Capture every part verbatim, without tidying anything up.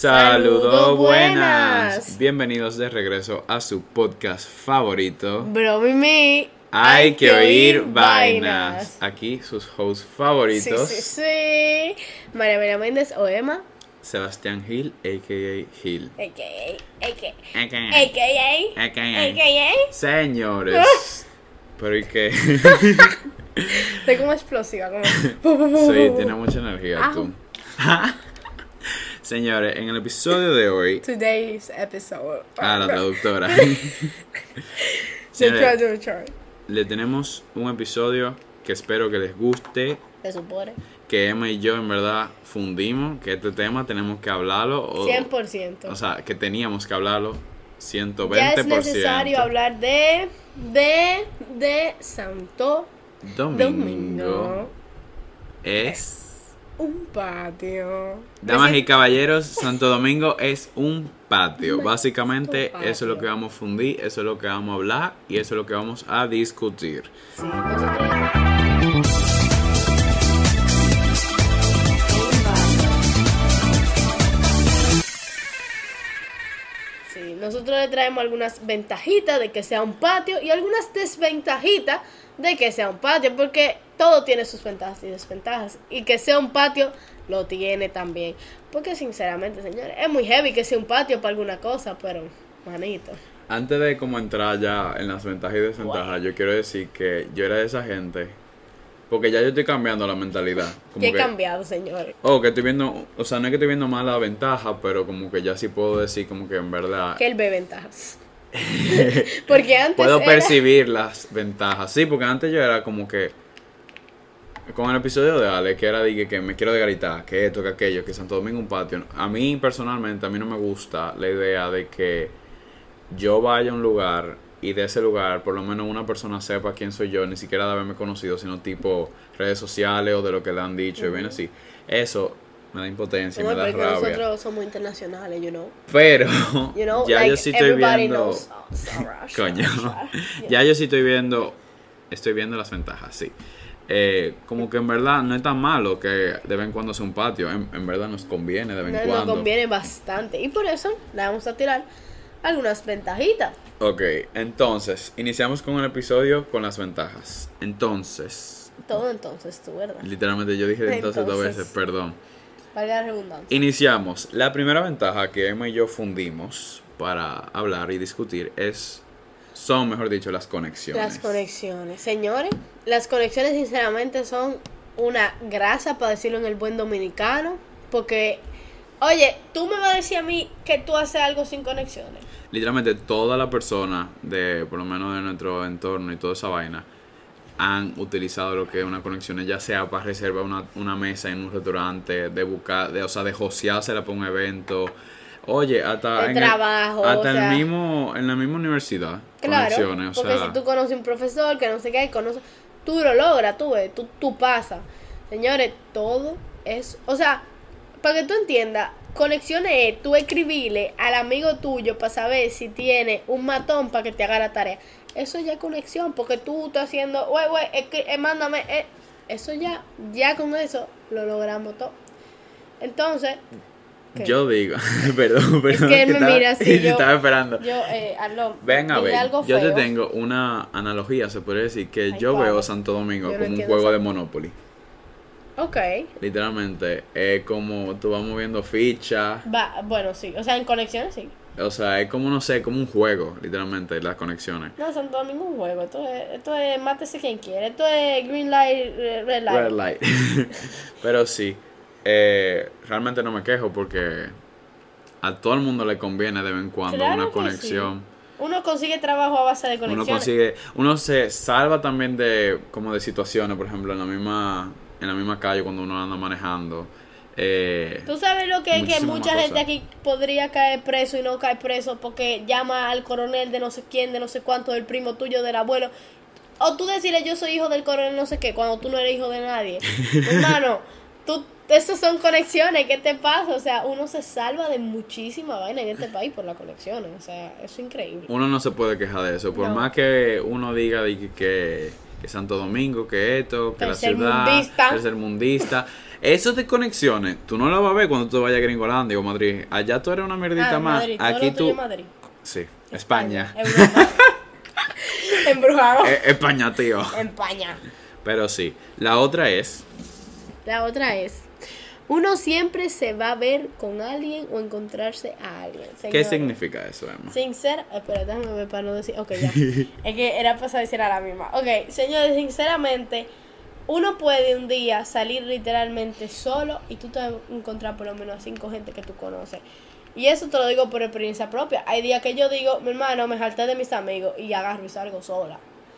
Saludos buenas. Bienvenidos de regreso a su podcast favorito. Bro, mi, mi. Hay que oír vainas. vainas. Aquí sus hosts favoritos. Sí, sí, sí. María María Méndez o Emma. Sebastián Gil, a k a. Gil. A K A. A K A. A K A. A K A. A K A. A K A. Señores. Pero ¿y qué? Estoy como explosiva. Como... Sí, tiene mucha energía ah. tú. Señores, en el episodio de hoy. Today's episode. Ah, la traductora. Señores, le tenemos un episodio que espero que les guste. Se supone. Que Emma y yo en verdad fundimos que este tema tenemos que hablarlo. O, cien por ciento. O sea, que teníamos que hablarlo ciento veinte por ciento. Ya es necesario hablar de, de, de Santo Domingo. Domingo. Es... un patio. Damas y caballeros, Santo Domingo es un patio. Básicamente, patio. Eso es lo que vamos a fundir, eso es lo que vamos a hablar y eso es lo que vamos a discutir. Sí, nosotros... Sí, nosotros le traemos algunas ventajitas de que sea un patio y algunas desventajitas de que sea un patio, porque todo tiene sus ventajas y desventajas, y que sea un patio lo tiene también, porque sinceramente, señores, es muy heavy que sea un patio para alguna cosa, pero manito. Antes de como entrar ya en las ventajas y desventajas, wow. Yo quiero decir que yo era de esa gente, porque ya yo estoy cambiando la mentalidad. Como ¿Qué he que, cambiado, señores? Oh, que estoy viendo, o sea, no es que estoy viendo más la ventaja, pero como que ya sí puedo decir como que en verdad... Que él ve ventajas. Porque antes puedo era... percibir las ventajas. Sí, porque antes yo era como que con el episodio de Ale, que era de que, que me quiero desgaritar, que esto, que aquello, que Santo Domingo un patio. A mí personalmente, a mí no me gusta la idea de que yo vaya a un lugar y de ese lugar por lo menos una persona sepa quién soy yo, ni siquiera de haberme conocido, sino tipo redes sociales o de lo que le han dicho, uh-huh. Y bien así. Eso me da impotencia, bueno, me da rabia. Nosotros somos internacionales, you know. Pero you know, ya like yo sí estoy viendo knows, oh, Sarah, coño Sarah, yeah. Ya yo sí estoy viendo estoy viendo las ventajas, sí. Eh, como que en verdad no es tan malo que de vez en cuando sea un patio, en, en verdad nos conviene de vez en no, cuando. Nos conviene bastante y por eso le vamos a tirar algunas ventajitas. Ok, entonces iniciamos con el episodio con las ventajas. Entonces todo entonces tú, ¿verdad? Literalmente yo dije entonces, entonces dos veces, perdón. Valga la redundancia. Iniciamos. La primera ventaja que Emma y yo fundimos para hablar y discutir es son, mejor dicho, las conexiones. Las conexiones. Señores, las conexiones sinceramente son una grasa, para decirlo en el buen dominicano, porque, oye, tú me vas a decir a mí que tú haces algo sin conexiones. Literalmente toda la persona de, por lo menos de nuestro entorno y toda esa vaina, han utilizado lo que es una conexión, ya sea para reservar una, una mesa en un restaurante, de buscar, de, o sea, de joseársela para un evento. Oye, hasta de en trabajo, el, hasta o sea, el mismo, en la misma universidad. Claro, conexiones, o porque sea, si tú conoces un profesor que no sé qué, conoces, tú lo logras, tú ves, tú, tú pasas. Señores, todo es, o sea, para que tú entiendas, conexiones es tú escribirle al amigo tuyo para saber si tiene un matón para que te haga la tarea. Eso ya es conexión, porque tú estás haciendo, güey, güey, es que, eh, mándame, eh. Eso ya, ya con eso lo logramos todo. Entonces, ¿qué? Yo digo, perdón, perdón. Es que él me estaba, mira así, yo, estaba esperando. Yo, eh, Arlo, ven a ver, yo te feo. tengo una analogía, se puede decir, que Ay, yo ¿cuál? veo Santo Domingo Yo no como un entiendo juego eso. de Monopoly. Ok. Literalmente, es como tú vas moviendo fichas. Va, bueno, sí, o sea, en conexiones sí. O sea, es como, no sé, como un juego, literalmente, las conexiones. No, Santo Domingo es un juego. Esto es, esto es mátese quien quiere. Esto es green light, red light. Red light. Pero sí, eh, realmente no me quejo porque a todo el mundo le conviene de vez en cuando Claro una que conexión. Sí. Uno consigue trabajo a base de conexiones. Uno consigue, uno se salva también de como de situaciones, por ejemplo, en la misma en la misma calle cuando uno anda manejando. Eh, Tú sabes lo que es que mucha gente cosas. aquí podría caer preso y no cae preso porque llama al coronel de no sé quién, de no sé cuánto, del primo tuyo, del abuelo. O tú decirle yo soy hijo del coronel no sé qué, cuando tú no eres hijo de nadie. Hermano, tú, esas son conexiones, ¿qué te pasa? O sea, uno se salva de muchísima vaina en este país por las conexiones. O sea, eso es increíble. Uno no se puede quejar de eso, por No. más que uno diga de que, que, que Santo Domingo, que esto, que la ciudad, Tercermundista. tercermundista. Eso de conexiones, tú no lo vas a ver cuando tú vayas a Gringolandia o Madrid. Allá tú eres una mierdita Ah, más. Madrid, todo Aquí lo tuyo tú. es Madrid. Sí, España. España. Embrujado. Eh, España, tío. España. Pero sí. La otra es. La otra es, uno siempre se va a ver con alguien o encontrarse a alguien. ¿Qué Señores. significa eso, Emma? Sincera, espera, déjame ver para no decir, ok, ya. Es que era para saber si era la misma. Ok, señores, sinceramente, uno puede un día salir literalmente solo y tú te vas a encontrar por lo menos a cinco gente que tú conoces. Y eso te lo digo por experiencia propia. Hay días que yo digo, mi hermano, me jalté de mis amigos y agarro y salgo sola.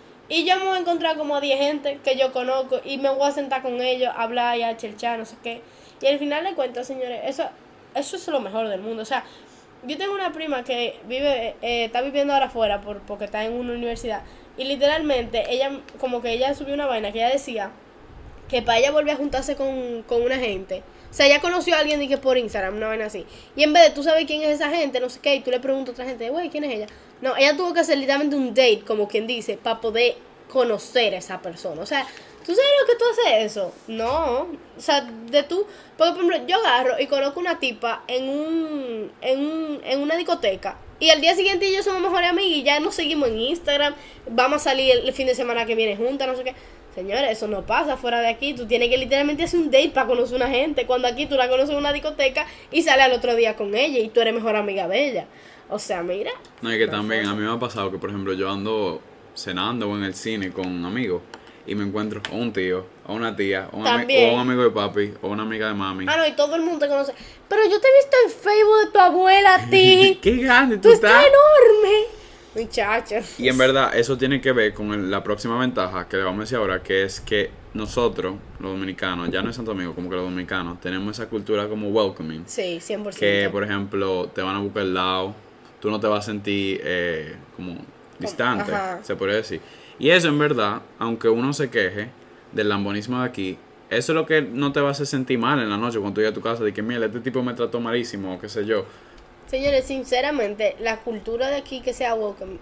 Y yo me voy a encontrar como a diez gente que yo conozco y me voy a sentar con ellos, a hablar y a chelchar, no sé qué. Y al final de cuentas, señores, eso, eso es lo mejor del mundo. O sea, yo tengo una prima que vive, eh, está viviendo ahora afuera por, porque está en una universidad. Y literalmente, ella, como que ella subió una vaina que ella decía que para ella volver a juntarse con, con una gente. O sea, ella conoció a alguien y que por Instagram, una vaina así. Y en vez de tú sabes quién es esa gente, no sé qué, y tú le preguntas a otra gente, güey, ¿quién es ella? No, ella tuvo que hacer literalmente un date, como quien dice, para poder conocer a esa persona. O sea, ¿tú sabes lo que tú haces eso? No. O sea, de tú, porque por ejemplo, yo agarro y conozco una tipa en un, en un, en una discoteca. Y al día siguiente ellos somos mejores amigos y ya nos seguimos en Instagram. Vamos a salir el fin de semana que viene juntas, no sé qué. Señores, eso no pasa fuera de aquí. Tú tienes que literalmente hacer un date para conocer una gente. Cuando aquí tú la conoces en una discoteca y sales al otro día con ella y tú eres mejor amiga de ella. O sea, mira. No, y que también a mí me ha pasado que, por ejemplo, yo ando cenando o en el cine con amigos y me encuentro o un tío, o una tía, o un, ami- o un amigo de papi, o una amiga de mami. Ah, no, y todo el mundo te conoce. Pero yo te he visto en Facebook de tu abuela a ti. ¡Qué grande tú tú estás estás! enorme. Muchachos. Y en verdad, eso tiene que ver con el- la próxima ventaja que le vamos a decir ahora, que es que nosotros, los dominicanos, ya no es Santo Domingo, como que los dominicanos, tenemos esa cultura como welcoming. Sí, cien por ciento. Que, por ejemplo, te van a buscar al lado, tú no te vas a sentir eh, como distante, Ajá. se podría decir. Y eso, en verdad, aunque uno se queje del lambonismo de aquí, eso es lo que no te va a hacer sentir mal en la noche cuando tú llegas a tu casa, de que, mira, este tipo me trató malísimo, o qué sé yo. Señores, sinceramente, la cultura de aquí que sea welcoming,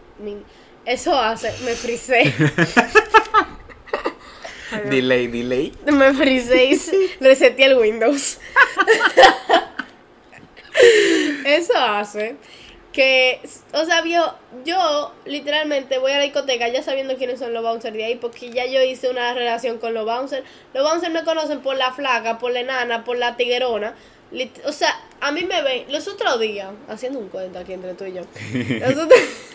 eso hace, me frisé. Delay, delay. Me frisé y reseté el Windows. Eso hace que, o sea, yo, yo literalmente voy a la discoteca ya sabiendo quiénes son los bouncers de ahí, porque ya yo hice una relación con los bouncers. Los bouncers me conocen por la flaca, por la enana, por la tiguerona. Lit- O sea, a mí me ven los otros días, haciendo un cuento aquí entre tú y yo. Los otros,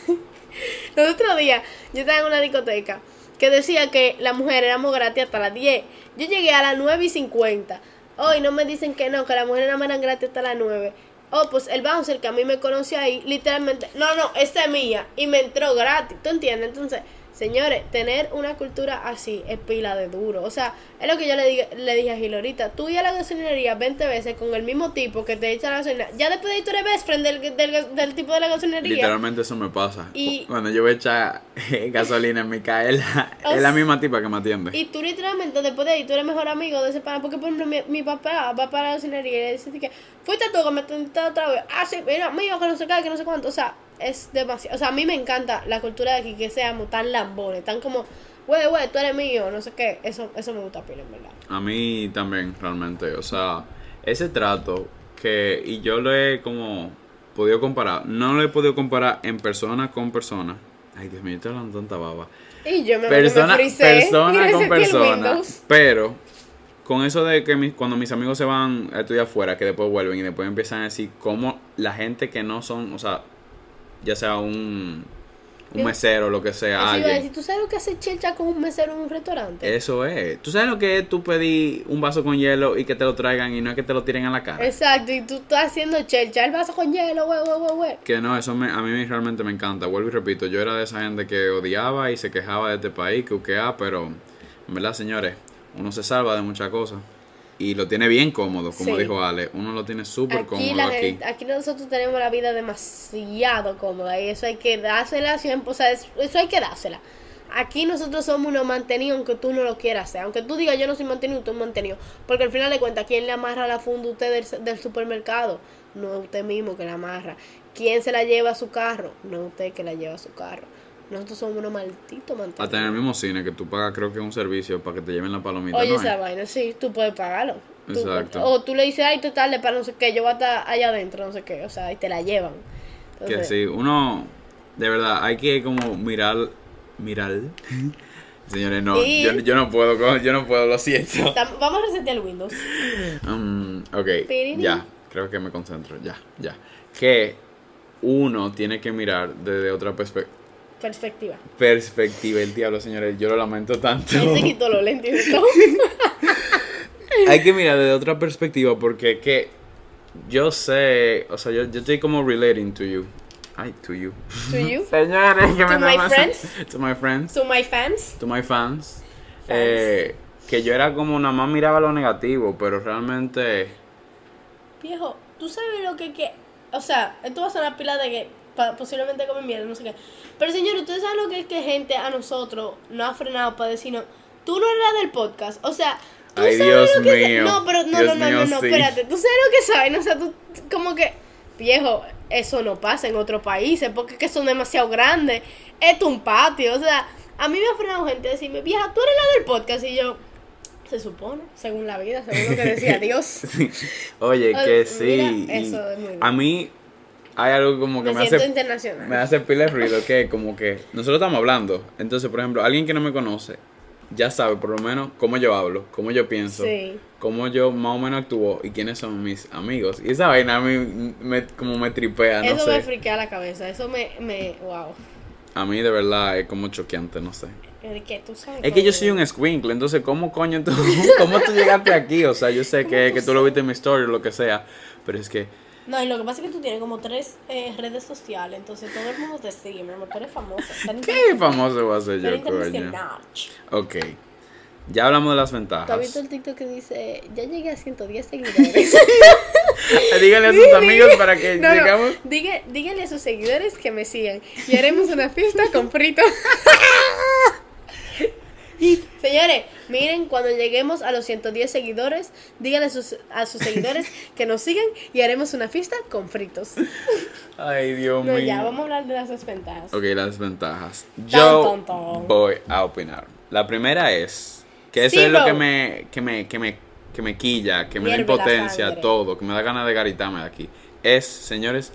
los otros días, yo estaba en una discoteca que decía que las mujeres éramos gratis hasta las diez. Yo llegué a las nueve y cincuenta. Hoy no me dicen que no, que las mujeres nada más eran gratis hasta las nueve. Oh, pues el bouncer que a mí me conoció ahí, literalmente, no, no, esta es mía. Y me entró gratis, ¿tú entiendes? Entonces, señores, tener una cultura así es pila de duro. O sea, es lo que yo le, diga, le dije a Gil ahorita. Tú y a la gasolinería veinte veces con el mismo tipo que te echa la gasolina. Ya después de ahí tú eres best friend del, del, del tipo de la gasolinería. Literalmente eso me pasa. Y- Cuando yo voy a echar eh, gasolina en mi casa, es la, O es la sea, misma tipa que me atiende. Y tú literalmente después de ahí tú eres mejor amigo de ese pana. Porque por ejemplo mi, mi papá va para la gasolinería y le dice que fuiste tú que me atendiste otra vez. Ah, sí, mira, mío, que no sé qué, que no sé cuánto. O sea, es demasiado. O sea, a mí me encanta la cultura de aquí, que seamos tan lambones, tan como, güey, güey, tú eres mío, no sé qué. Eso, eso me gusta pila, en verdad. A mí también, realmente. O sea, ese trato que, y yo lo he como podido comparar, no lo he podido comparar en persona con persona. Ay, Dios mío, estoy hablando tanta baba. Y yo me, Persona, me frisé, persona y con reseté el persona. Windows. Pero, con eso de que mis, cuando mis amigos se van a estudiar afuera, que después vuelven y después empiezan a decir cómo la gente que no son, o sea, ya sea un, un mesero, lo que sea, Así iba a alguien. decir, ¿tú sabes lo que hace chelcha con un mesero en un restaurante? Eso es. ¿Tú sabes lo que es tú pedir un vaso con hielo y que te lo traigan y no es que te lo tiren a la cara? Exacto, y tú estás haciendo chelcha, el vaso con hielo, güey, güey, güey, güey. Que no, eso me, a mí realmente me encanta. Vuelvo y repito, yo era de esa gente que odiaba y se quejaba de este país, que uquea, pero en verdad, señores, uno se salva de muchas cosas. Y lo tiene bien cómodo, como Sí. dijo Ale. Uno lo tiene súper Aquí, cómodo la aquí. gente- aquí nosotros tenemos la vida demasiado cómoda y eso hay que dársela siempre, o sea, es- eso hay que dársela. Aquí nosotros somos unos mantenidos aunque tú no lo quieras hacer. Aunque tú digas yo no soy mantenido, tú eres mantenido. Porque al final de cuentas, ¿quién le amarra la funda a usted del, del supermercado? No es usted mismo que la amarra. ¿Quién se la lleva a su carro? No es usted que la lleva a su carro. Nosotros somos unos malditos mantenidos. Hasta en el mismo cine que tú pagas, creo que es un servicio para que te lleven la palomita. Oye, ¿no esa es? vaina, sí, tú puedes pagarlo. Tú- Exacto. o tú le dices, ay, tú tarde para no sé qué, yo voy a estar allá adentro, no sé qué, o sea, y te la llevan. Que Entonces, sí, uno, de verdad, hay que como mirar, mirar. Señores, no, Y- yo, yo no puedo, co- yo no puedo, lo siento. tam- vamos a resetear el Windows. Um, ok, Piriri. ya, creo que me concentro, ya, ya. Que uno tiene que mirar desde otra perspe- Perspectiva. perspectiva. El diablo, señores, yo lo lamento tanto. Él se quitó los lentes y todo. Hay que mirar desde otra perspectiva porque que yo sé, o sea, yo, yo estoy como relating to you. Ay, to you. To you, Señores, que To me my da más- friends. To my friends. to my fans. To my fans. Eh, que yo era como nada más miraba lo negativo, pero realmente Viejo, tú sabes lo que que. O sea, esto va a sonar pila de que pa- posiblemente come mierda, no sé qué. Pero señor, ustedes saben lo que es que gente a nosotros no ha frenado para decirnos, tú no eres la del podcast. O sea, tú Ay, sabes Dios lo que es- mío. No, pero no, Dios no, no, mío, no, no, sí. espérate. Tú sabes lo que saben. O sea, tú como que, viejo, eso no pasa en otros países porque es que son demasiado grandes. Esto es un patio. O sea, a mí me ha frenado gente a decirme, vieja, tú eres la del podcast. Y yo, se supone, según la vida, según lo que decía Dios. oye, Ay, que sí. mira, y eso es muy bien. a mí hay algo como que Me me, siento hace internacional. me hace pila de ruido que como que nosotros estamos hablando. Entonces, por ejemplo, alguien que no me conoce ya sabe por lo menos cómo yo hablo, cómo yo pienso, Sí. cómo yo más o menos actúo y quiénes son mis amigos. Y esa vaina a mí me, como me tripea, no Eso sé. me friquea la cabeza. Eso me, me, wow. A mí de verdad es como choqueante, no sé. ¿De qué? ¿Tú sabes? Es que yo soy un squinkle, entonces ¿cómo coño tú, cómo tú llegaste aquí? O sea, yo sé que, que tú lo viste en mi story o lo que sea, pero es que, No, y lo que pasa es que tú tienes como tres eh, redes sociales, entonces todo el mundo te sigue, mi amor. Tú eres famosa. ¿qué famoso va a ser Tú eres yo, coño? internacional. Ok, ya hablamos de las ¿Tú has ventajas. visto el TikTok que dice, ya llegué a ciento diez seguidores? Dígale a sus amigos para que No, no, llegamos. diga- dígale a sus seguidores que me sigan y haremos una fiesta con frito. Señores, miren, cuando lleguemos a los ciento diez seguidores, díganle a sus, a sus seguidores que nos sigan y haremos una fiesta con fritos. Ay, Dios No, mío. ya, vamos a hablar de las desventajas. Ok, las ventajas. Yo Tan, tan, tan. voy a opinar. La primera es que eso es Zero. lo que me, que me, que me, que me quilla, que me da Hierve la impotencia, sangre. todo, que me da ganas de garitarme de aquí. Es, señores,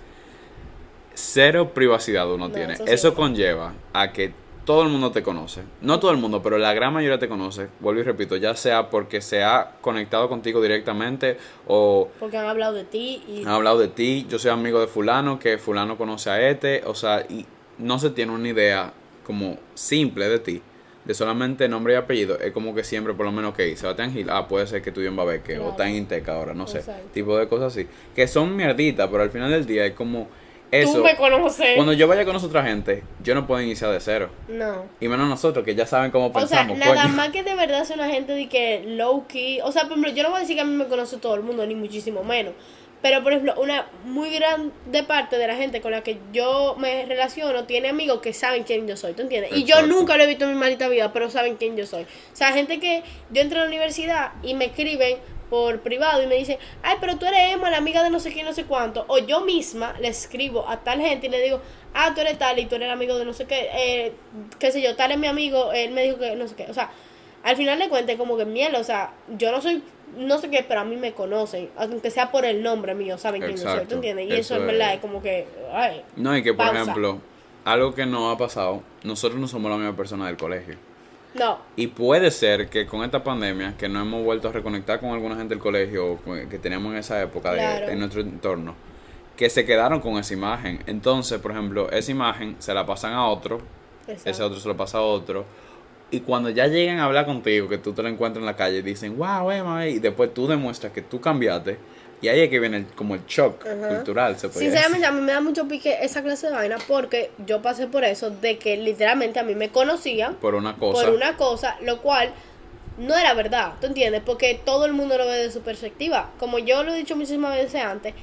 cero privacidad uno No, tiene. eso Eso, sí. conlleva a que todo el mundo te conoce. No todo el mundo, pero la gran mayoría te conoce. Vuelvo y repito, ya sea porque se ha conectado contigo directamente o Porque han hablado de ti y... han hablado de ti, yo soy amigo de fulano, que fulano conoce a este, o sea, y no se tiene una idea como simple de ti, de solamente nombre y apellido, es como que siempre, por lo menos, que Sebastián Gil, ah, puede ser que estudió en Babeque, Claro. o está en Inteca ahora, no sé, Exacto. tipo de cosas así, que son mierditas, pero al final del día es como eso. Tú me conoces. Cuando yo vaya con otra gente, yo no puedo iniciar de cero, No. y menos nosotros, que ya saben cómo O sea, pensamos, nada coño. más que de verdad es una gente de que low key. O sea, por ejemplo, yo no voy a decir que a mí me conoce todo el mundo, ni muchísimo menos. Pero, por ejemplo, una muy grande parte de la gente con la que yo me relaciono tiene amigos que saben quién yo soy, ¿tú entiendes? Y yo Exacto. nunca lo he visto en mi maldita vida, pero saben quién yo soy. O sea, gente que yo entro a la universidad y me escriben por privado y me dicen, ay, pero tú eres Emma, la amiga de no sé quién, no sé cuánto. O yo misma le escribo a tal gente y le digo, ah, tú eres tal y tú eres el amigo de no sé qué, eh, qué sé yo, tal es mi amigo, él me dijo que no sé qué. O sea, al final le cuente como que miel, o sea, yo no soy, no sé qué, pero a mí me conocen, aunque sea por el nombre mío, saben quién yo soy, Exacto. ¿tú entiendes? Y eso, Eso en verdad es. es como que, ay, No, y que, por Pausa. ejemplo, algo que no ha pasado, nosotros no somos la misma persona del colegio. no, Y puede ser que con esta pandemia, que no hemos vuelto a reconectar con alguna gente del colegio o con- que teníamos en esa época de- Claro. en nuestro entorno, que se quedaron con esa imagen. Entonces, por ejemplo, esa imagen se la pasan a otro, exacto. ese otro se lo pasa a otro. Y cuando ya llegan a hablar contigo, que tú te lo encuentras en la calle, dicen, wow, Emma, y después tú demuestras que tú cambiaste. Y ahí es que viene el- como el shock Ajá. cultural, se puede Sinceramente, a mí me da mucho pique esa clase de vaina porque yo pasé por eso, de que literalmente a mí me conocían por una cosa. por una cosa, lo cual no era verdad, ¿tú entiendes? Porque todo el mundo lo ve de su perspectiva. Como yo lo he dicho muchísimas veces antes,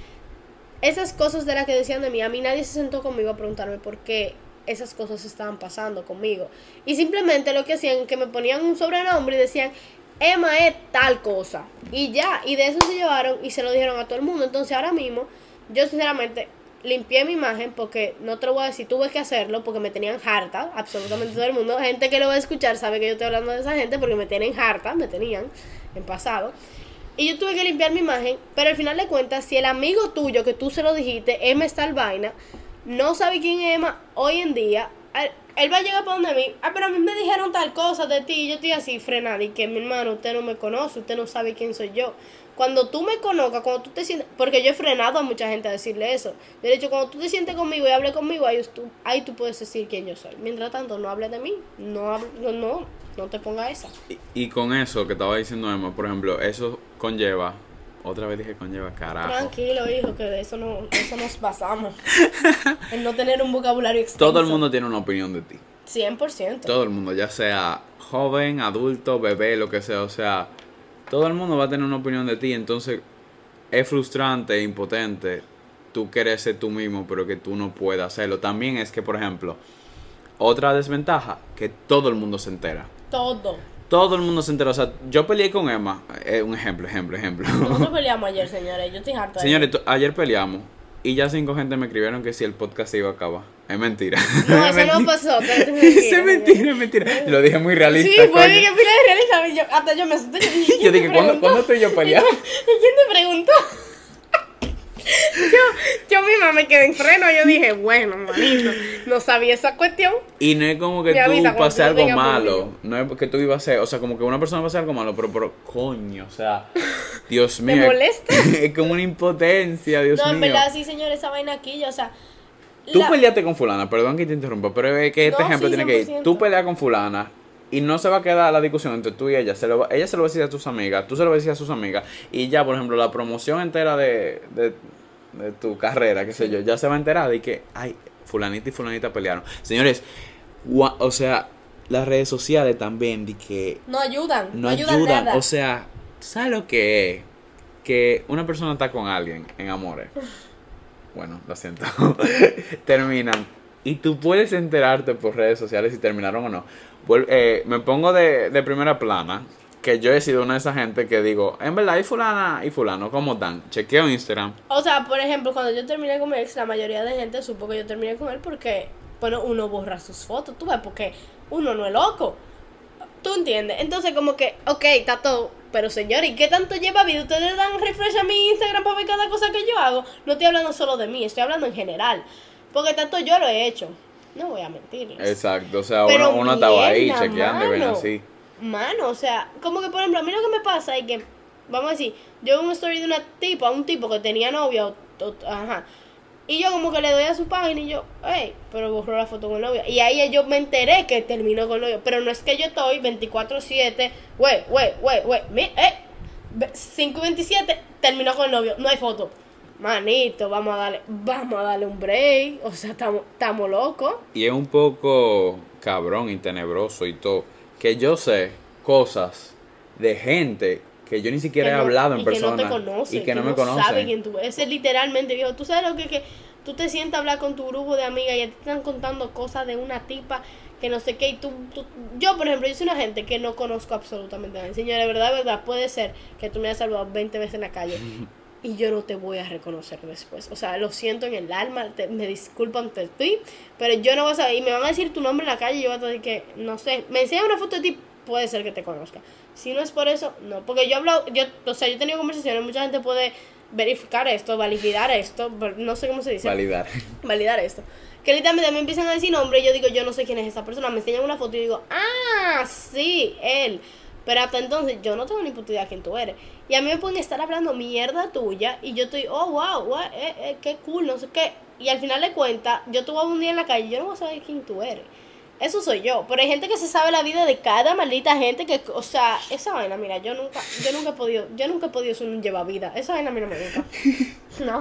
esas cosas de las que decían de mí, a mí nadie se sentó conmigo a preguntarme por qué esas cosas estaban pasando conmigo. Y simplemente lo que hacían, que me ponían un sobrenombre y decían, Emma es tal cosa. Y ya, y de eso se llevaron y se lo dijeron a todo el mundo. Entonces ahora mismo, yo sinceramente limpié mi imagen porque no te lo voy a decir, tuve que hacerlo porque me tenían harta, absolutamente todo el mundo. Gente que lo va a escuchar sabe que yo estoy hablando de esa gente porque me tienen harta, me tenían en pasado. Y yo tuve que limpiar mi imagen, pero al final de cuentas, si el amigo tuyo que tú se lo dijiste, Emma está al vaina, no sabe quién es Emma hoy en día, él va a llegar para donde mí, ah, pero a mí me dijeron tal cosa de ti, y yo estoy así frenada, y que mi hermano, usted no me conoce, usted no sabe quién soy yo. Cuando tú me conozcas, cuando tú te sientes, porque yo he frenado a mucha gente a decirle eso, de hecho, cuando tú te sientes conmigo y hables conmigo, ahí tú, ahí tú puedes decir quién yo soy. Mientras tanto, no hables de mí, no, hable, no, no, no te pongas esa. Y, y con eso que estaba diciendo Emma, por ejemplo, eso conlleva, otra vez dije conlleva, carajo. Tranquilo, hijo, que de eso, no, de eso nos basamos. En no tener un vocabulario extenso. Todo el mundo tiene una opinión de ti. cien por ciento. Todo el mundo, ya sea joven, adulto, bebé, lo que sea, o sea, todo el mundo va a tener una opinión de ti, entonces es frustrante e impotente tú querer ser tú mismo, pero que tú no puedas hacerlo. También es que, por ejemplo, otra desventaja, que todo el mundo se entera. Todo. Todo el mundo se entera. O sea, yo peleé con Emma. Eh, un ejemplo, ejemplo, ejemplo. Nosotros peleamos ayer, señores. Yo estoy harta de Señores, t- ayer peleamos. Y ya cinco gente me escribieron que si el podcast se iba a acabar. Es mentira. No, es eso mentira. no pasó. Eso es mentira, es mentira. Lo dije muy realista. Sí, fue coño. de que pila de realista. Yo, hasta yo me asusté. Yo dije, Yo dije, ¿cuándo, ¿cuándo tú y yo peleamos? ¿Y quién te preguntó? Yo, yo misma me quedé en freno. Yo dije, bueno, manito, no sabía esa cuestión. Y no es como que Me avisa tú cuando pases tú lo algo tengas malo. público. No es que tú ibas a hacer. O sea, como que una persona va a hacer algo malo. Pero, pero coño, o sea, Dios ¿Te mío. molesta? Es como una impotencia, Dios No, mío. en verdad, sí, señor, esa vaina aquí, o sea. Tú la- peleaste con fulana, perdón que te interrumpa, pero es que este No, ejemplo sí, tiene que ir. cien por ciento. Tú peleas con fulana y no se va a quedar la discusión entre tú y ella. Se lo va- ella se lo va a decir a tus amigas, tú se lo vas a decir a sus amigas. Y ya, por ejemplo, la promoción entera de, de, de tu carrera, qué sé yo, ya se va a enterar de que, ay, fulanita y fulanita pelearon. Señores, gua- o sea, las redes sociales también, de que No ayudan, no, no ayudan, ayudan. nada. O sea, ¿sabes lo que es? Que una persona está con alguien en amores. Bueno, lo siento. Terminan. Y tú puedes enterarte por redes sociales si terminaron o no. Vuel- eh, me pongo de, de primera plana que yo he sido una de esas gente que digo, en verdad, y fulana y fulano, ¿cómo están? Chequeo Instagram. O sea, por ejemplo, cuando yo terminé con mi ex, la mayoría de gente supo que yo terminé con él porque, bueno, uno borra sus fotos, tú ves, porque uno no es loco. ¿Tú entiendes? Entonces, como que, ok, está todo. Pero, señores, ¿y qué tanto lleva vida? Ustedes dan refresh a mi Instagram para ver cada cosa que yo hago. No estoy hablando solo de mí, estoy hablando en general. Porque tanto yo lo he hecho. No voy a mentirles. Exacto, o sea, Pero uno, uno estaba ahí mierda, chequeando y ven mano. así. Mano, o sea, como que por ejemplo, a mí lo que me pasa es que, vamos a decir, yo vi una story de una tipa, un tipo que tenía novia, o- o- ajá. Y yo como que le doy a su página y yo, hey, pero borró la foto con el novio. Y ahí yo me enteré que terminó con el novio. Pero no es que yo estoy veinticuatro siete, güey, güey, güey, güey, mi- eh, ve- cinco y veintisiete, terminó con el novio, no hay foto. Manito, vamos a darle, vamos a darle un break. O sea, estamos estamos locos. Y es un poco cabrón y tenebroso y todo. Que yo sé cosas de gente que yo ni siquiera Que he no- hablado en y persona. que no te conoce, y que, no me conocen. sabe quién tú eres. Ese es literalmente, viejo. Tú sabes lo que es que tú te sientas a hablar con tu grupo de amigas y te están contando cosas de una tipa que no sé qué. Y tú, tú- yo, por ejemplo, yo soy una gente que no conozco absolutamente a nadie. Señora, de verdad, de verdad, puede ser que tú me hayas salvado veinte veces en la calle y yo no te voy a reconocer después. O sea, lo siento en el alma, te- me disculpo ante ti, pero yo no voy a saber. Y me van a decir tu nombre en la calle y yo voy a decir que, no sé, me enseñan una foto de ti, puede ser que te conozca. Si no es por eso, no. Porque yo he hablado, yo, o sea, yo he tenido conversaciones, mucha gente puede verificar esto, validar esto, no sé cómo se dice. Validar. Validar esto. Que literalmente me empiezan a decir nombre y yo digo, yo no sé quién es esa persona. Me enseñan una foto y digo, ah, sí, él. Pero hasta entonces yo no tengo ni puta idea quién tú eres. Y a mí me pueden estar hablando mierda tuya y yo estoy, oh, wow, wow eh, eh, qué cool, no sé qué. Y al final de cuentas, yo te voy a un día en la calle y yo no voy a saber quién tú eres. Eso soy yo. Pero hay gente que se sabe la vida de cada maldita gente que, o sea, esa vaina, mira, yo nunca, yo nunca he podido, yo nunca he podido ser un llevavida. Esa vaina a mí no me gusta. No.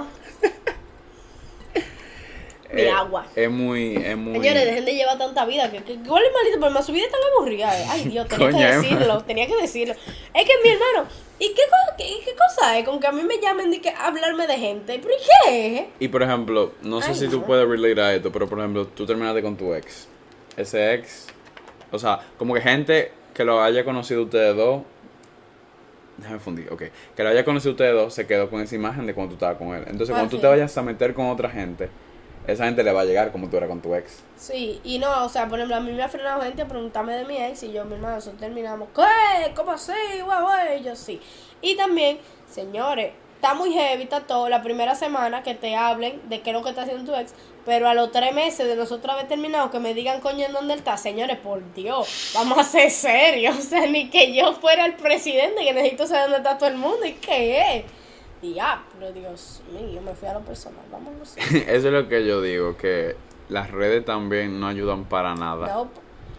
Mi Eh, agua. Es muy, es muy. Señores, dejen de llevar tanta vida. Que, que, igual es maldito, pero más su vida es tan aburrida. eh. Ay, Dios, tenía Coño, que Emma. decirlo, tenía que decirlo. Es que mi hermano, ¿y qué, co- qué, qué cosa es? Con que a mí me llamen de que hablarme de gente. ¿Pero y qué? Y por ejemplo, no sé Ay, si tú no. puedes relate a esto, pero por ejemplo, tú terminaste con tu ex. Ese ex, o sea, como que gente que lo haya conocido ustedes dos. Déjame fundir, ok. Que lo haya conocido ustedes dos se quedó con esa imagen de cuando tú estabas con él. Entonces, Ah, cuando tú sí. te vayas a meter con otra gente, esa gente le va a llegar como tú eras con tu ex. Sí, y no, o sea, por ejemplo, a mí me ha frenado gente a preguntarme de mi ex y yo, mi hermano, nosotros terminamos, ¿qué? ¿Cómo así? Güey, güey, yo sí. Y también, señores, está muy heavy, está todo, la primera semana que te hablen de qué es lo que está haciendo tu ex, pero a los tres meses de nosotros haber terminado, que me digan, coño, ¿en dónde él está? Señores, por Dios, vamos a ser serios, o sea, ni que yo fuera el presidente, que necesito saber dónde está todo el mundo, ¿y qué es? Diablo, Dios mío, me fui a lo personal, vamos a ver. Eso es lo que yo digo, que las redes también no ayudan para nada. No.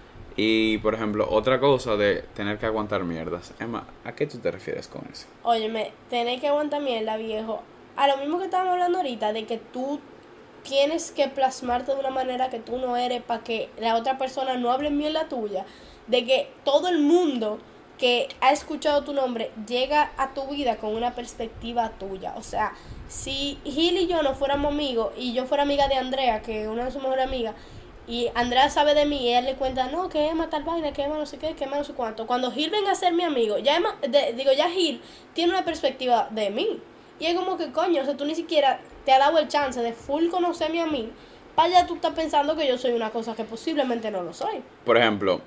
Y, por ejemplo, otra cosa de tener que aguantar mierdas. Emma, ¿a qué tú te refieres con eso? Óyeme, tenés que aguantar mierda, viejo. A lo mismo que estábamos hablando ahorita, de que tú tienes que plasmarte de una manera que tú no eres para que la otra persona no hable mierda tuya. De que todo el mundo que ha escuchado tu nombre llega a tu vida con una perspectiva tuya. O sea, si Gil y yo no fuéramos amigos y yo fuera amiga de Andrea, que es una de sus mejores amigas, y Andrea sabe de mí y ella le cuenta, no, que Emma tal vaina, que Emma no sé qué, que Emma no sé cuánto. Cuando Gil venga a ser mi amigo, ya Emma, de, digo, ya Gil tiene una perspectiva de mí. Y es como que, coño, o sea, tú ni siquiera te has dado el chance de full conocerme a mí, para allá tú estás pensando que yo soy una cosa que posiblemente no lo soy. Por ejemplo,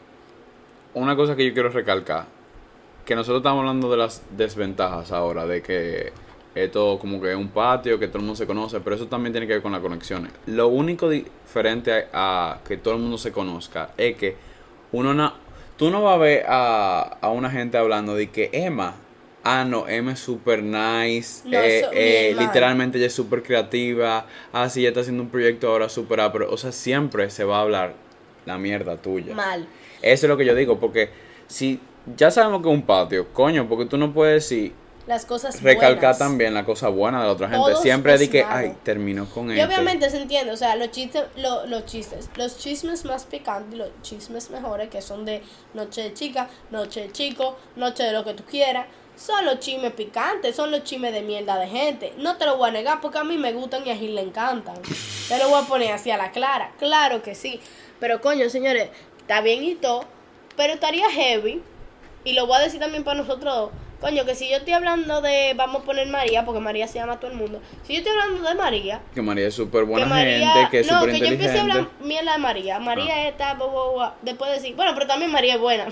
una cosa que yo quiero recalcar, que nosotros estamos hablando de las desventajas ahora, de que esto como que es un patio, que todo el mundo se conoce, pero eso también tiene que ver con las conexiones. Lo único diferente a, a que todo el mundo se conozca es que uno no, tú no vas a ver a, a una gente hablando de que Emma, ah no, Emma es super nice, No, eh, so, eh, mal. literalmente ella es super creativa, ah sí, ella está haciendo un proyecto ahora super pero, o sea, siempre se va a hablar la mierda tuya. Mal. Eso es lo que yo digo, porque si ya sabemos que es un patio, coño, porque tú no puedes decir, Las cosas recalcar buenas. también la cosa buena de la otra gente. Todos Siempre los di que, malos. ay, terminó con Y esto. obviamente se entiende, o sea, los chistes, lo, los chistes, los chismes más picantes, los chismes mejores, que son de noche de chica, noche de chico, noche de lo que tú quieras, son los chismes picantes, son los chismes de mierda de gente. No te lo voy a negar porque a mí me gustan y a Gil le encantan. Te lo voy a poner así a la clara, claro que sí. Pero coño, señores, está bien y todo, pero estaría heavy, y lo voy a decir también para nosotros dos. Coño, que si yo estoy hablando de, vamos a poner María, porque María se llama a todo el mundo. Si yo estoy hablando de María, Que María es súper buena que María, gente, que es no, súper que yo empiece a inteligente. hablar mierda de María. María Ah. está, bo, bo, bo, después de decir, bueno, pero también María es buena.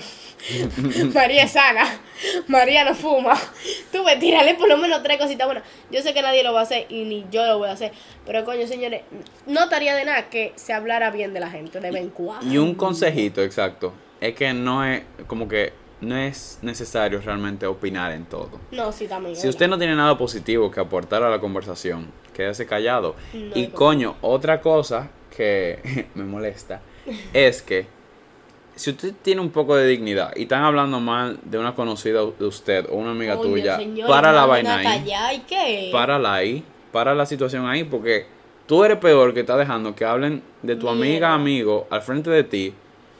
María es sana. María no fuma. Tú me tírale por lo menos tres cositas buenas. Yo sé que nadie lo va a hacer y ni yo lo voy a hacer. Pero coño, señores, no estaría de nada que se hablara bien de la gente de vez en cuando. Y un consejito, exacto, es que no es, como que, no es necesario realmente opinar en todo. No, sí, también. Si usted no tiene nada positivo que aportar a la conversación, quédese callado. No, y no. coño, otra cosa que me molesta es que si usted tiene un poco de dignidad y están hablando mal de una conocida de usted o una amiga Coño, tuya, señores, para la manden vaina a ahí. callar, ¿y qué? Párala ahí, para la situación ahí, porque tú eres peor que estás dejando que hablen de tu Mierda. amiga, amigo, al frente de ti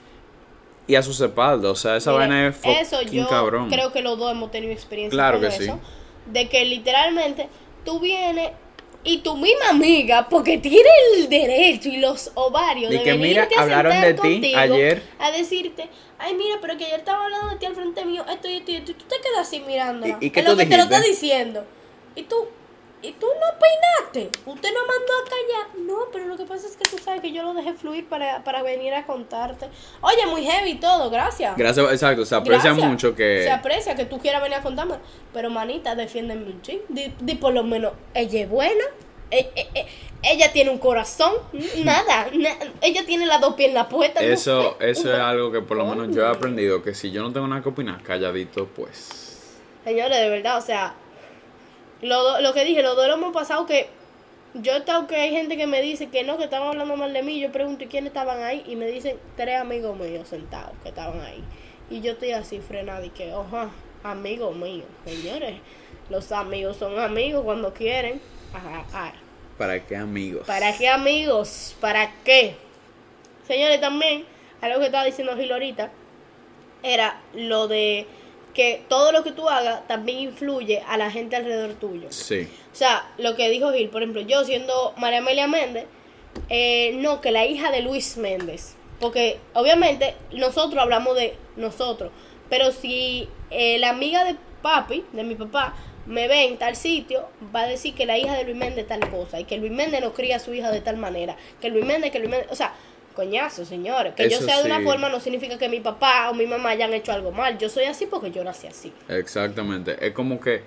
y a sus espaldas. O sea, esa Mire, vaina es eso fucking yo cabrón. creo que los dos hemos tenido experiencia Claro con que eso. sí. De que literalmente tú vienes y tu misma amiga, porque tiene el derecho y los ovarios Y de que mira, venirte a hablaron sentar de ti contigo ayer. a decirte, ay mira, pero que ayer estaba hablando de ti al frente mío, esto y esto y esto, y tú te quedas así mirándola. ¿Y- y qué es lo tú que te lo dijiste? está diciendo. Y tú, y tú no peinaste. Usted no mandó a callar. No, pero lo que pasa es que tú sabes que yo lo dejé fluir para, para venir a contarte. Oye, muy heavy todo, gracias. Gracias, exacto, se aprecia Gracias. mucho que... Se aprecia que tú quieras venir a contarme. Pero, manita, defiéndeme un ching. Di, di por lo menos, ella es buena. Eh, eh, eh, ella tiene un corazón. Nada. na- ella tiene las dos piernas puestas. no Eso, sé. eso es algo que por lo menos yo he Coño. aprendido, que si yo no tengo nada que opinar, calladito, pues... Señores, de verdad, o sea, lo, do- lo que dije, los dos lo hemos pasado que yo he estado que hay gente que me dice que no, que estaban hablando mal de mí. Yo pregunto, ¿y quiénes estaban ahí? Y me dicen tres amigos míos sentados que estaban ahí. Y yo estoy así frenada y que, oja, amigos míos. Señores, los amigos son amigos cuando quieren. Ajá, ajá. ¿Para qué, amigos? ¿Para qué, amigos? ¿Para qué? Señores, también, algo que estaba diciendo Gil ahorita, era lo de que todo lo que tú hagas también influye a la gente alrededor tuyo. Sí. O sea, lo que dijo Gil, por ejemplo, yo siendo María Amelia Méndez, eh, no, que la hija de Luis Méndez. Porque obviamente nosotros hablamos de nosotros, pero si eh, la amiga de papi, de mi papá, me ve en tal sitio, va a decir que la hija de Luis Méndez tal cosa, y que Luis Méndez no cría a su hija de tal manera, que Luis Méndez, que Luis Méndez, o sea, coñazo, señores, que Eso yo sea de una sí. forma no significa que mi papá o mi mamá hayan hecho algo mal, yo soy así porque yo nací así. Exactamente. Es como que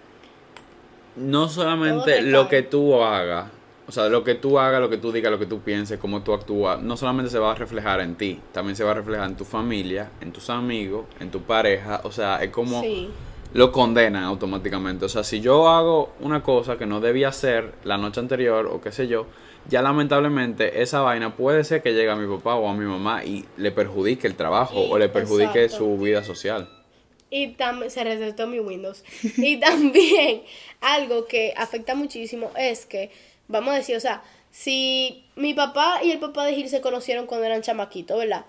no Todo solamente recae. lo que tú hagas, o sea, lo que tú hagas, lo que tú digas, lo que tú pienses, cómo tú actúas, no solamente se va a reflejar en ti, también se va a reflejar en tu familia, en tus amigos, en tu pareja, o sea, es como Sí. lo condenan automáticamente. O sea, si yo hago una cosa que no debía hacer la noche anterior o qué sé yo, ya lamentablemente esa vaina puede ser que llegue a mi papá o a mi mamá y le perjudique el trabajo Y- o le perjudique exacto. su vida social. Y también se resetó mi Windows. Y también algo que afecta muchísimo es que, vamos a decir, o sea, si mi papá y el papá de Gil se conocieron cuando eran chamaquitos, ¿verdad?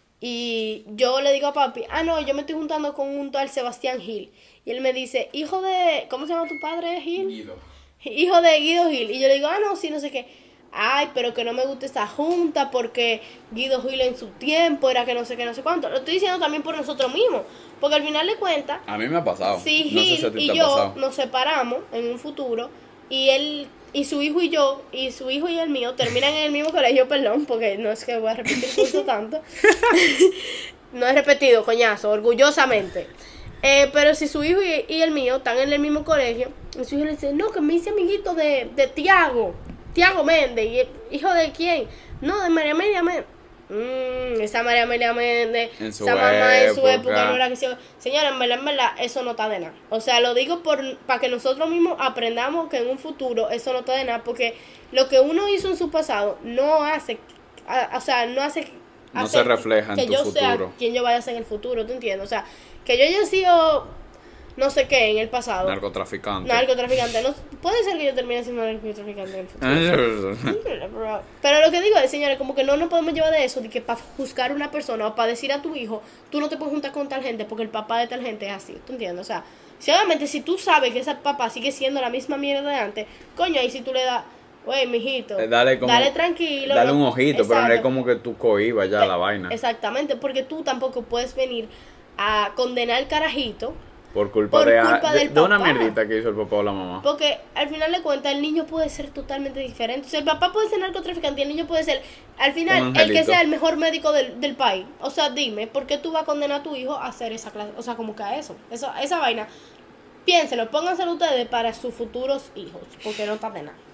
Y yo le digo a papi, ah, no, yo me estoy juntando con un tal Sebastián Gil. Y él me dice, hijo de, ¿cómo se llama tu padre, Gil? Hijo de Guido Gil. Y yo le digo, ah, no, sí, no sé qué. Ay, pero que no me gusta esta junta porque Guido Gil en su tiempo era que no sé qué, no sé cuánto. Lo estoy diciendo también por nosotros mismos. Porque al final de cuentas, A mí me ha pasado. si No sé Gil si a ti y te ha yo pasado. nos separamos en un futuro y él y su hijo y yo y su hijo y el mío terminan en el mismo colegio, perdón, porque no es que voy a repetir el curso tanto. No he repetido, coñazo, orgullosamente. Eh, pero si su hijo y, y el mío están en el mismo colegio, y su hijo le dice, no, que me hice amiguito de, de Tiago, Tiago Méndez. ¿Y el hijo de quién? No, de María Amelia Méndez. Mm, esa María Amelia Méndez, En su esa mamá en su época. época no era que se... Señora, en verdad, en verdad, eso no está de nada. O sea, lo digo por para que nosotros mismos aprendamos que en un futuro eso no está de nada, porque lo que uno hizo en su pasado no hace, a- o sea, no hace... No hacer se refleja en que tu yo sea futuro. quien yo vaya a ser en el futuro, ¿tú entiendes? O sea, que yo haya sido no sé qué en el pasado, Narcotraficante. narcotraficante, no, puede ser que yo termine siendo narcotraficante en el futuro. Ah, Pero lo que digo es, señores, como que no nos podemos llevar de eso, de que para juzgar a una persona o para decir a tu hijo, tú no te puedes juntar con tal gente porque el papá de tal gente es así, ¿tú entiendes? O sea, si obviamente si tú sabes que ese papá sigue siendo la misma mierda de antes, coño, ahí si tú le das, güey, mijito, Eh, dale como- dale tranquilo. Dale no- un ojito, pero no es Exacto. como que tú cohibas ya la vaina. Exactamente, porque tú tampoco puedes venir a condenar al carajito, Por culpa, Por de, culpa de, del de una papá. mierdita que hizo el papá o la mamá. porque al final de cuentas el niño puede ser totalmente diferente. O sea, el papá puede ser narcotraficante y el niño puede ser, al final, Un el que angelito. sea el mejor médico del, del país. O sea, dime, ¿por qué tú vas a condenar a tu hijo a hacer esa clase? O sea, como que a eso, eso esa vaina. Piénselo, pónganselo ustedes para sus futuros hijos, porque no está de nada.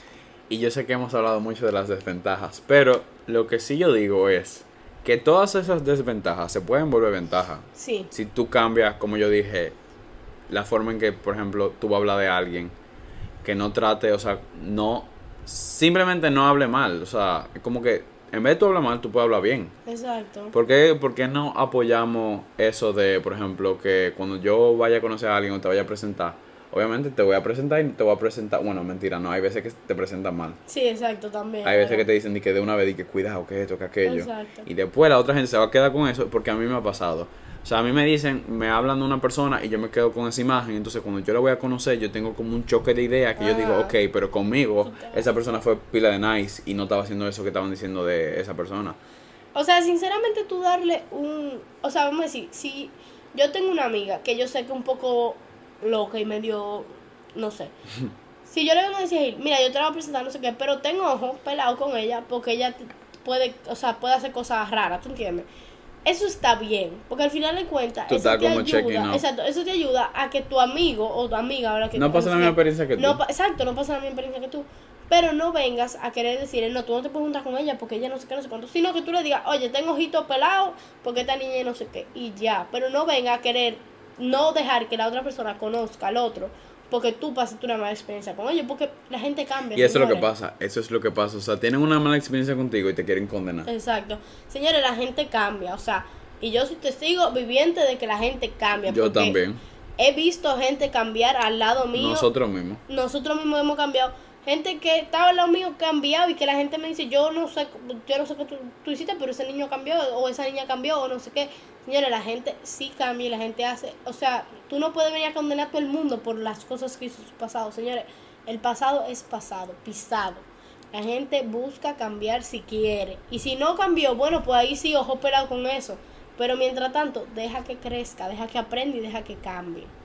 Y yo sé que hemos hablado mucho de las desventajas, pero lo que sí yo digo es que todas esas desventajas se pueden volver ventajas. Sí, Si tú cambias, como yo dije, la forma en que, por ejemplo, tú vas a hablar de alguien, que no trate, o sea, no, simplemente no hable mal. O sea, es como que en vez de tú hablar mal, tú puedes hablar bien. exacto. ¿Por qué, por qué no apoyamos eso de, por ejemplo, que cuando yo vaya a conocer a alguien o te vaya a presentar, obviamente te voy a presentar y te voy a presentar, bueno, mentira, no, hay veces que te presentan mal. Sí, exacto, también. Hay veces que te dicen de que de una vez, de que cuidado, que esto, que aquello. Exacto. Y después la otra gente se va a quedar con eso porque a mí me ha pasado. O sea, a mí me dicen, me hablan de una persona y yo me quedo con esa imagen. Entonces, cuando yo la voy a conocer, yo tengo como un choque de ideas que yo digo, Ah. ok, pero conmigo, Tú te- esa persona fue pila de nice y no estaba haciendo eso que estaban diciendo de esa persona. O sea, sinceramente tú darle un... O sea, vamos a decir, si yo tengo una amiga que yo sé que es un poco loca y medio... No sé. Si yo le vengo a decir, mira, yo te la voy a presentar, no sé qué, pero tengo ojos pelados con ella porque ella t- puede, o sea, puede hacer cosas raras, ¿tú entiendes? Eso está bien, porque al final de cuentas, Tú eso estás te como checking ayuda, out. exacto, eso te ayuda a que tu amigo o tu amiga, ahora que No tú pasa la conoces- misma experiencia que tú. no pa- exacto, no pasa la misma experiencia que tú. Pero no vengas a querer decirle, no, tú no te puedes juntar con ella porque ella no sé qué, no sé cuánto. Sino que tú le digas, oye, tengo ojitos pelados porque esta niña no sé qué. Y ya. Pero no venga a querer, no dejar que la otra persona conozca al otro porque tú pasaste una mala experiencia con ellos. Porque la gente cambia. Y eso es lo que señores. pasa, eso es lo que pasa. O sea, tienen una mala experiencia contigo y te quieren condenar. Exacto. Señores, la gente cambia. O sea, y yo soy testigo viviente de que la gente cambia. Yo porque también. He visto gente cambiar al lado mío. Nosotros mismos. Nosotros mismos hemos cambiado. Gente que estaba al lado mío cambiado y que la gente me dice, yo no sé, yo no sé qué tú, tú hiciste, pero ese niño cambió o esa niña cambió o no sé qué. Señores, la gente sí cambia y la gente hace, o sea, tú no puedes venir a condenar a todo el mundo por las cosas que hizo en su pasado. Señores, el pasado es pasado, pisado. La gente busca cambiar si quiere. Y si no cambió, bueno, pues ahí sí, ojo pelado con eso. Pero mientras tanto, deja que crezca, deja que aprenda y deja que cambie.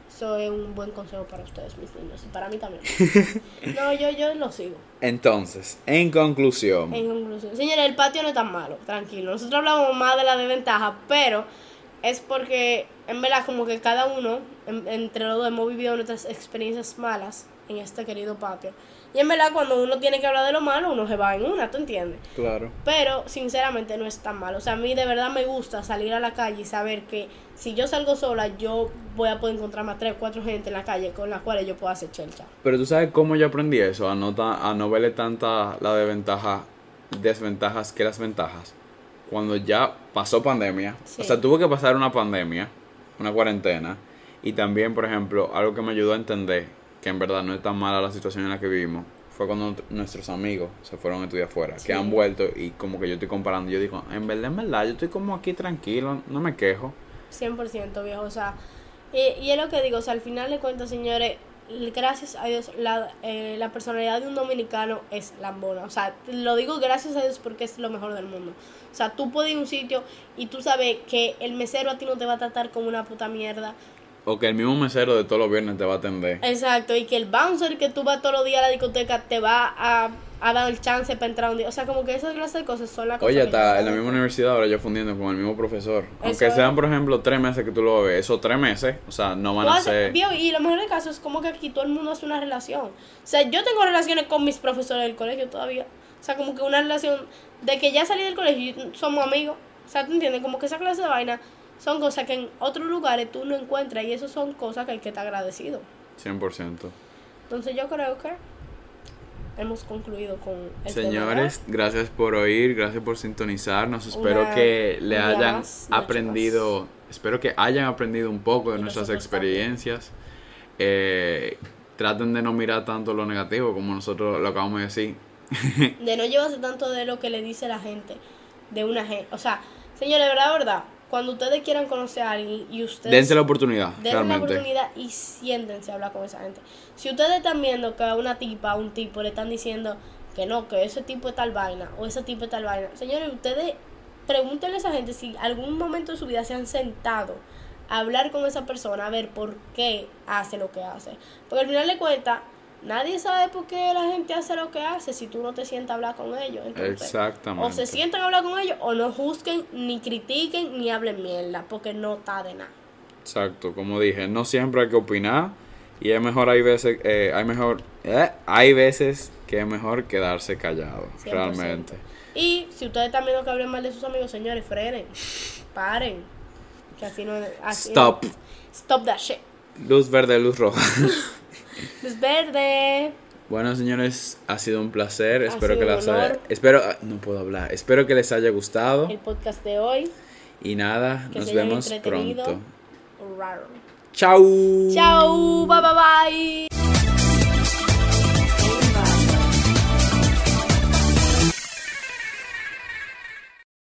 Eso es un buen consejo para ustedes, mis niños, y para mí también. No, yo, yo lo sigo. Entonces, en conclusión. En conclusión, señores, el patio no es tan malo, tranquilo. Nosotros hablamos más de la desventaja, pero es porque, en verdad, como que cada uno, en, entre los dos, hemos vivido nuestras experiencias malas en este querido patio. Y en verdad, cuando uno tiene que hablar de lo malo, uno se va en una, ¿tú entiendes? Claro. Pero, sinceramente, no es tan malo. O sea, a mí de verdad me gusta salir a la calle y saber que si yo salgo sola, yo voy a poder encontrarme a tres, cuatro gente en la calle con las cuales yo puedo hacer chelcha. Pero tú sabes cómo yo aprendí eso, a no, ta- a no verle tanta la desventaja, desventajas que las ventajas. Cuando ya pasó pandemia, Sí. o sea, tuvo que pasar una pandemia, una cuarentena, y también, por ejemplo, algo que me ayudó a entender que en verdad no es tan mala la situación en la que vivimos, fue cuando nuestros amigos se fueron a estudiar afuera, Sí. que han vuelto y como que yo estoy comparando, yo digo, en verdad, en verdad, yo estoy como aquí tranquilo, no me quejo. cien por ciento, viejo, o sea, y, y es lo que digo, o sea, al final de cuentas, señores, gracias a Dios, la, eh, la personalidad de un dominicano es lambona, o sea, lo digo gracias a Dios porque es lo mejor del mundo, o sea, tú puedes ir a un sitio y tú sabes que el mesero a ti no te va a tratar como una puta mierda, O que el mismo mesero de todos los viernes te va a atender. exacto, y que el bouncer que tú vas todos los días a la discoteca te va a, a dar el chance para entrar un día, o sea, como que esas clases de cosas son las cosas Oye, que está yo- en la misma universidad ahora yo fundiendo con el mismo profesor. Aunque Eso sean, es. por ejemplo, tres meses que tú lo ves, esos tres meses, o sea, no van Tú a haces- ser... viejo, y lo mejor del caso es como que aquí todo el mundo hace una relación. O sea, yo tengo relaciones con mis profesores del colegio todavía. O sea, como que una relación de que ya salí del colegio y somos amigos. O sea, ¿tú entiendes? Como que esa clase de vaina son cosas que en otros lugares tú no encuentras y eso son cosas que hay que estar agradecido. cien por ciento. Entonces yo creo que hemos concluido con el tema, Señores, gracias por oír, gracias por sintonizarnos. Espero Una- que le un día hayan más, noche aprendido, espero que hayan aprendido un poco de Y nuestras nosotros experiencias. Eh, traten de no mirar tanto lo negativo como nosotros lo acabamos de decir. ¿verdad? De no llevarse tanto de lo que le dice la gente, de una gente. O sea, señores, de verdad, de verdad, cuando ustedes quieran conocer a alguien y ustedes... Dense la oportunidad, Denle la realmente. oportunidad y siéntense a hablar con esa gente. Si ustedes están viendo que a una tipa, a un tipo le están diciendo que no, que ese tipo es tal vaina o ese tipo es tal vaina, señores, ustedes pregúntenle a esa gente si algún momento de su vida se han sentado a hablar con esa persona, a ver por qué hace lo que hace. Porque al final de cuentas, nadie sabe por qué la gente hace lo que hace si tú no te sientas a hablar con ellos. Entonces, Exactamente. o se sientan a hablar con ellos o no juzguen, ni critiquen, ni hablen mierda, porque no está de nada. Exacto, como dije, no siempre hay que opinar y es mejor, hay veces, eh, hay mejor, eh, hay veces que es mejor quedarse callado, cien por ciento. realmente. Y si ustedes están viendo que hablen mal de sus amigos, señores, frenen, paren, que así no así Stop. no- stop that shit. Luz verde, luz roja. Luz verde. Bueno, señores, ha sido un placer. Ha Espero sido que un les honor. haya, espero, ah, no puedo hablar. Espero que les haya gustado El podcast de hoy. y nada, Que nos se hayan vemos entretenido. pronto. Raro. Chau. Chao, bye bye bye.